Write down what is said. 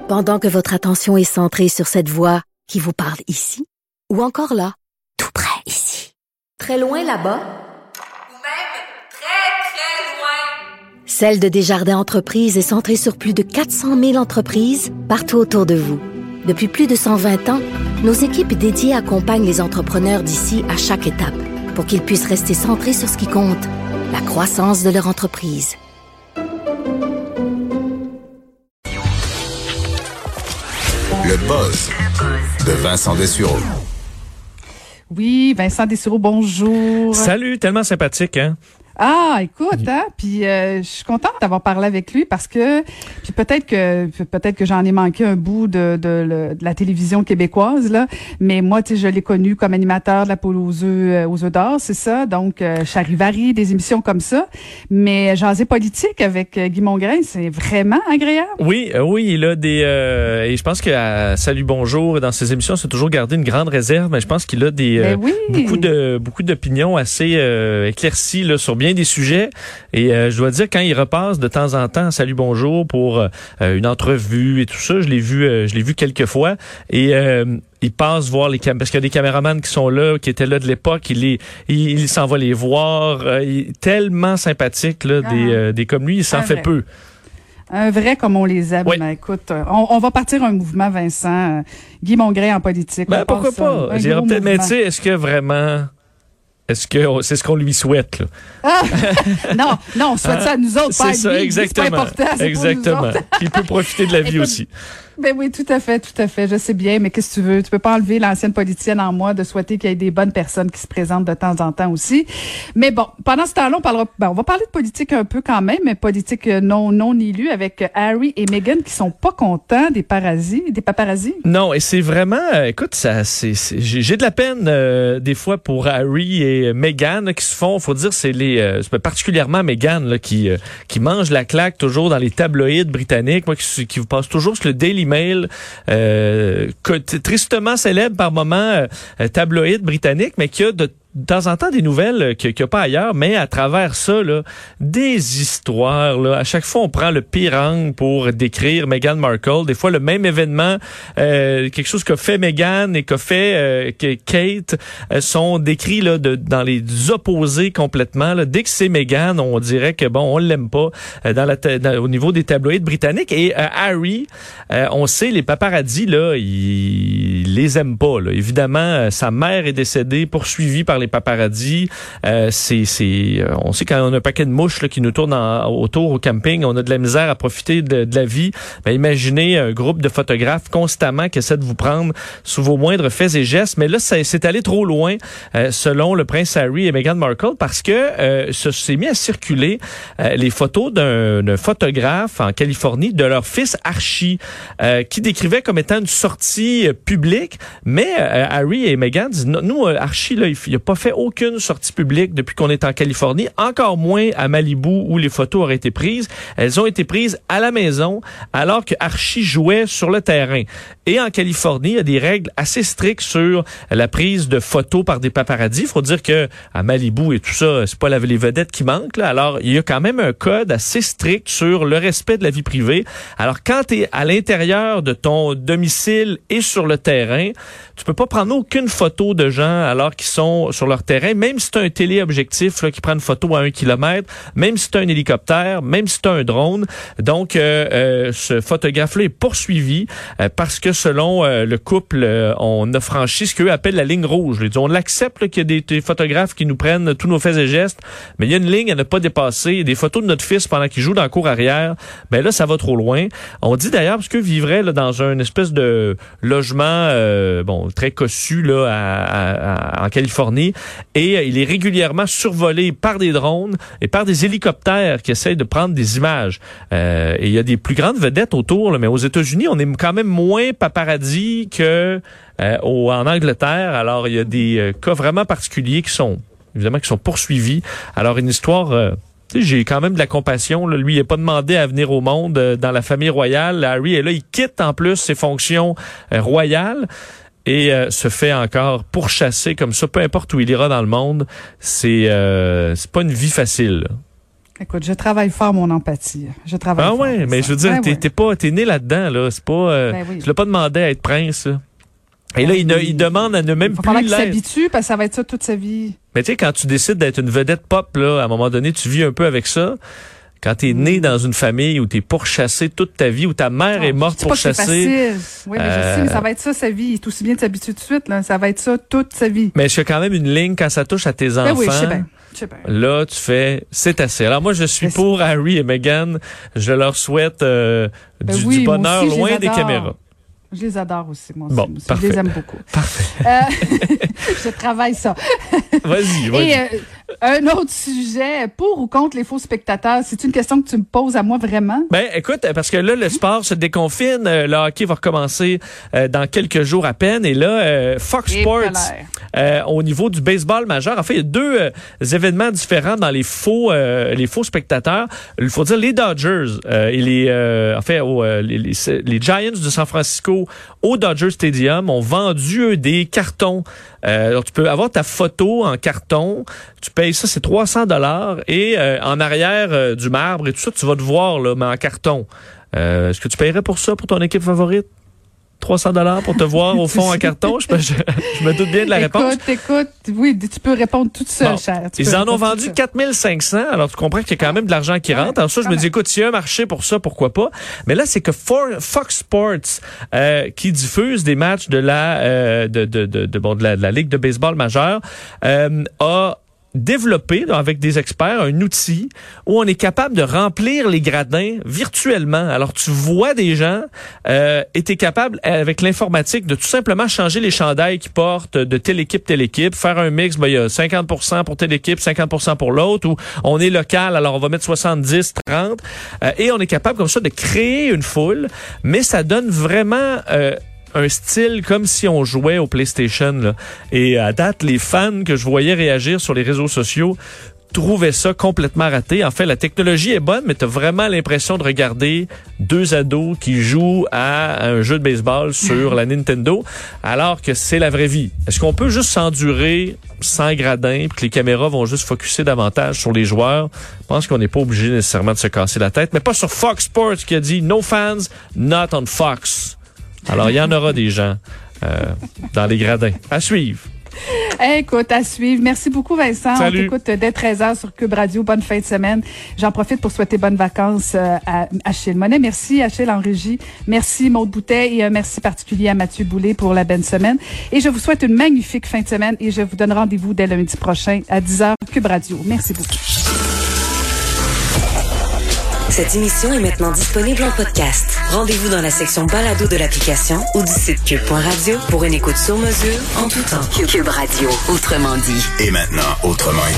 Pendant que votre attention est centrée sur cette voix qui vous parle ici, ou encore là, tout près ici, très loin là-bas, ou même très, très loin. Celle de Desjardins Entreprises est centrée sur plus de 400 000 entreprises partout autour de vous. Depuis plus de 120 ans, nos équipes dédiées accompagnent les entrepreneurs d'ici à chaque étape pour qu'ils puissent rester centrés sur ce qui compte, la croissance de leur entreprise. Le buzz de Vincent Dessureau. Oui, Vincent Dessureau, bonjour. Salut, tellement sympathique, hein? Ah, écoute, hein, puis je suis contente d'avoir parlé avec lui parce que puis peut-être que j'en ai manqué un bout de la télévision québécoise là, mais moi tu sais je l'ai connu comme animateur de la poule aux œufs d'or, c'est ça. Donc Charivari, des émissions comme ça, mais jaser politique avec Guy Mongrain, c'est vraiment agréable. Oui, il a des et je pense que à Salut Bonjour dans ses émissions, c'est toujours gardé une grande réserve, mais je pense qu'il a des beaucoup d'opinions assez éclaircies là sur bien des sujets, et je dois dire, quand il repasse de temps en temps Salut Bonjour pour une entrevue et tout ça, je l'ai vu quelques fois, et il passe voir les parce qu'il y a des caméramans qui sont là, qui étaient là de l'époque, il s'en va les voir, il est tellement sympathique là, des comme lui, il s'en fait peu. Un vrai comme on les aime. Oui. Ben, écoute, on va partir un mouvement, Vincent. Guy Mongrain en politique. Ben, pourquoi pas? Mais tu sais, est-ce que vraiment... Est-ce que c'est ce qu'on lui souhaite, là? Ah! Non, on souhaite ça à nous autres, pas à lui. C'est ça, exactement. C'est pas important, c'est exactement. Qui peut profiter de la vie aussi. Ben oui, tout à fait. Je sais bien, mais qu'est-ce que tu veux? Tu peux pas enlever l'ancienne politicienne en moi de souhaiter qu'il y ait des bonnes personnes qui se présentent de temps en temps aussi. Mais bon, pendant ce temps-là, on va parler de politique un peu quand même, mais politique non élue avec Harry et Meghan qui sont pas contents des paparazzis. Non, et c'est vraiment, écoute, j'ai de la peine des fois pour Harry et Meghan qui se font, faut dire, c'est particulièrement Meghan là, qui mange la claque toujours dans les tabloïds britanniques, moi qui vous passe toujours sur le Daily Mail, tristement célèbre par moment, tabloïd britannique, mais qui a de temps en temps des nouvelles qu'il n'y a pas ailleurs, mais à travers ça, là, des histoires. Là, à chaque fois, on prend le pire angle pour décrire Meghan Markle. Des fois, le même événement, quelque chose qu'a fait Meghan et qu'a fait Kate, sont décrits là, dans les opposés complètement. Là. Dès que c'est Meghan, on dirait que bon, on l'aime pas au niveau des tabloïds britanniques. Et Harry, on sait, les paparazzis, là, ils les aiment pas. Là. Évidemment, sa mère est décédée, poursuivie par les paparazzis. On sait quand on a un paquet de mouches là, qui nous tournent autour au camping, on a de la misère à profiter de la vie. Ben, imaginez un groupe de photographes constamment qui essaient de vous prendre sous vos moindres faits et gestes. Mais là, c'est allé trop loin, selon le prince Harry et Meghan Markle, parce que s'est mis à circuler les photos d'un photographe en Californie de leur fils Archie, qui décrivait comme étant une sortie publique. Mais Harry et Meghan disent, nous, Archie, là, il n'a pas fait aucune sortie publique depuis qu'on est en Californie, encore moins à Malibu où les photos auraient été prises. Elles ont été prises à la maison alors que Archie jouait sur le terrain. Et en Californie, il y a des règles assez strictes sur la prise de photos par des paparazzis. Il faut dire que à Malibu et tout ça, c'est pas les vedettes qui manquent, là. Alors, il y a quand même un code assez strict sur le respect de la vie privée. Alors, quand tu es à l'intérieur de ton domicile et sur le terrain, tu peux pas prendre aucune photo de gens alors qu'ils sont sur leur terrain, même si c'est un téléobjectif là, qui prend une photo à 1 kilomètre, même si c'est un hélicoptère, même si c'est un drone. Donc, ce photographe-là est poursuivi parce que selon le couple, on a franchi ce qu'eux appellent la ligne rouge. On l'accepte là, qu'il y a des photographes qui nous prennent tous nos faits et gestes, mais il y a une ligne à ne pas dépasser. Des photos de notre fils pendant qu'il joue dans la cour arrière, ben là, ça va trop loin. On dit d'ailleurs, parce qu'eux vivraient là, dans une espèce de logement très cossu là, en Californie, et il est régulièrement survolé par des drones et par des hélicoptères qui essayent de prendre des images. Et il y a des plus grandes vedettes autour, là, mais aux États-Unis, on est quand même moins paparazzi que en Angleterre. Alors, il y a des cas vraiment particuliers qui sont poursuivis. Alors, une histoire... j'ai quand même de la compassion. Là. Lui, il n'est pas demandé à venir au monde dans la famille royale. Harry est là, il quitte en plus ses fonctions royales et se fait encore pourchasser comme ça, peu importe où il ira dans le monde. C'est pas une vie facile. Là. Écoute, je travaille fort mon empathie. Je travaille fort. Ah ouais, mais je veux dire, t'es né là-dedans, là. C'est pas, oui. tu l'as pas demandé à être prince, là. Et là, il demande à ne même plus l'être. Il va falloir qu'il l'être. s'habitue, parce que ça va être ça toute sa vie. Mais tu sais, quand tu décides d'être une vedette pop, là, à un moment donné, tu vis un peu avec ça. Quand t'es né dans une famille où t'es pourchassé toute ta vie, où ta mère est morte pourchassée. C'est facile. Oui, mais je sais, mais ça va être ça sa vie. Il est aussi bien de s'habituer tout de suite, là. Ça va être ça toute sa vie. Mais je fais quand même une ligne quand ça touche à tes enfants. Oui, je sais bien. Là, tu fais, c'est assez. Alors moi, je suis pour Harry et Meghan. Je leur souhaite du bonheur aussi, loin des caméras. Je les adore aussi, moi bon, aussi. Parfait. Je les aime beaucoup. Parfait. Je travaille ça. Vas-y. Et un autre sujet, pour ou contre les faux spectateurs, c'est une question que tu me poses à moi vraiment? Ben, écoute, parce que là, le sport se déconfine, le hockey va recommencer dans quelques jours à peine, et là, Fox Sports, au niveau du baseball majeur, en fait, il y a deux événements différents dans les faux spectateurs. Il faut dire les Dodgers et les Giants de San Francisco au Dodger Stadium ont vendu des cartons. Alors, tu peux avoir ta photo en carton, tu payes ça, c'est $300, et en arrière du marbre et tout ça, tu vas te voir là, mais en carton. Est-ce que tu paierais pour ça, pour ton équipe favorite? $300 pour te voir au fond en carton? Je me doute bien de la réponse. Écoute, oui, tu peux répondre toute seule, cher. Ils en ont vendu 4500, alors tu comprends qu'il y a quand même de l'argent qui rentre. Alors ça, je me dis, écoute, s'il y a un marché pour ça, pourquoi pas? Mais là, c'est que Fox Sports, qui diffuse des matchs de la Ligue de baseball majeure, a développer avec des experts un outil où on est capable de remplir les gradins virtuellement. Alors, tu vois des gens et tu es capable, avec l'informatique, de tout simplement changer les chandails qu'ils portent de telle équipe, faire un mix, il y a 50% pour telle équipe, 50% pour l'autre, ou on est local, alors on va mettre 70, 30, et on est capable comme ça de créer une foule, mais ça donne vraiment un style comme si on jouait au PlayStation, là. Et à date, les fans que je voyais réagir sur les réseaux sociaux trouvaient ça complètement raté. En fait, la technologie est bonne, mais tu as vraiment l'impression de regarder deux ados qui jouent à un jeu de baseball sur la Nintendo, alors que c'est la vraie vie. Est-ce qu'on peut juste s'endurer sans gradin puis que les caméras vont juste focusser davantage sur les joueurs? Je pense qu'on n'est pas obligé nécessairement de se casser la tête, mais pas sur Fox Sports qui a dit « No fans, not on Fox ». Alors, il y en aura des gens dans les gradins. À suivre. Écoute, à suivre. Merci beaucoup, Vincent. Salut. On t'écoute dès 13h sur Cube Radio. Bonne fin de semaine. J'en profite pour souhaiter bonnes vacances à Achille Monet. Merci, Achille en régie. Merci, Maude Boutet. Et un merci particulier à Mathieu Boulay pour la belle semaine. Et je vous souhaite une magnifique fin de semaine. Et je vous donne rendez-vous dès lundi prochain à 10h, Cube Radio. Merci beaucoup. Cette émission est maintenant disponible en podcast. Rendez-vous dans la section balado de l'application ou du site cube.radio pour une écoute sur mesure en tout temps. Cube Radio, autrement dit. Et maintenant, autrement